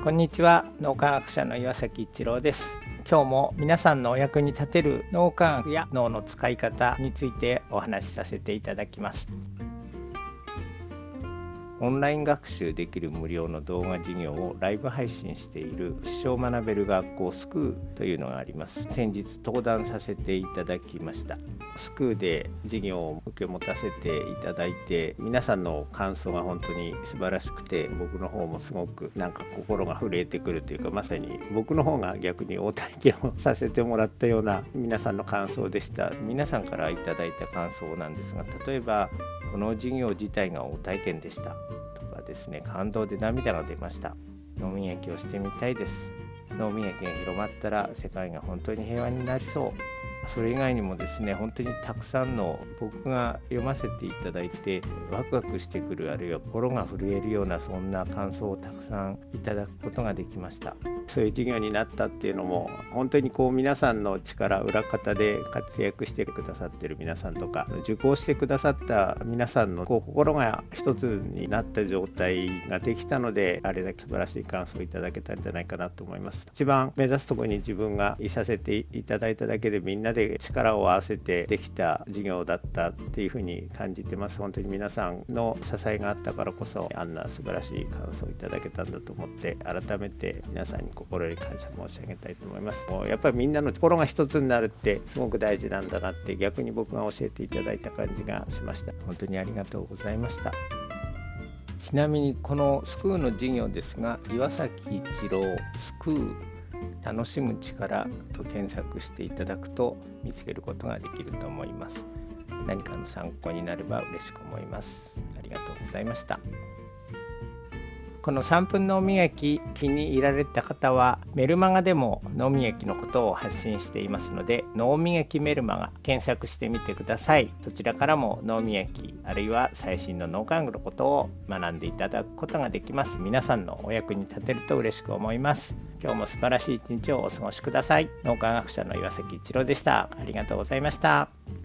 こんにちは、脳科学者の岩崎一郎です。今日も皆さんのお役に立てる脳科学や脳の使い方についてお話しさせていただきます。オンライン学習できる無料の動画授業をライブ配信している一生学べる学校スクーというのがあります。先日登壇させていただきました。スクーで授業を受け持たせていただいて、皆さんの感想が本当に素晴らしくて、僕の方もすごく心が震えてくるというか、まさに僕の方が逆に大体験をさせてもらったような皆さんの感想でした。皆さんからいただいた感想なんですが、例えばこの授業自体が大体験でしたとかですね、感動で涙が出ました。脳みやきをしてみたいです。脳みやきが広まったら世界が本当に平和になりそう。それ以外にもですね、本当にたくさんの僕が読ませていただいてワクワクしてくる、あるいは心が震えるような、そんな感想をたくさんいただくことができました。そういう授業になったっていうのも、本当に皆さんの力、裏方で活躍してくださっている皆さんとか、受講してくださった皆さんの心が一つになった状態ができたので、あれだけ素晴らしい感想をいただけたんじゃないかなと思います。一番目指すところに自分がいさせていただいただけで、みんなで力を合わせてできた授業だったっていうふうに感じてます。本当に皆さんの支えがあったからこそ、あんな素晴らしい感想をいただけたんだと思って、改めて皆さんに心より感謝申し上げたいと思います。もうやっぱりみんなの心が一つになるってすごく大事なんだなって、逆に僕が教えていただいた感じがしました。本当にありがとうございました。ちなみにこのスクーの授業ですが、岩崎一郎スクー楽しむ力と検索していただくと見つけることができると思います。何かの参考になれば嬉しく思います。ありがとうございました。この3分脳みやき気に入られた方は、メルマガでも脳みやきのことを発信していますので、脳みやきメルマガ検索してみてください。そちらからも脳みやき、あるいは最新の脳科学のことを学んでいただくことができます。皆さんのお役に立てると嬉しく思います。今日も素晴らしい一日をお過ごしください。脳科学者の岩崎一郎でした。ありがとうございました。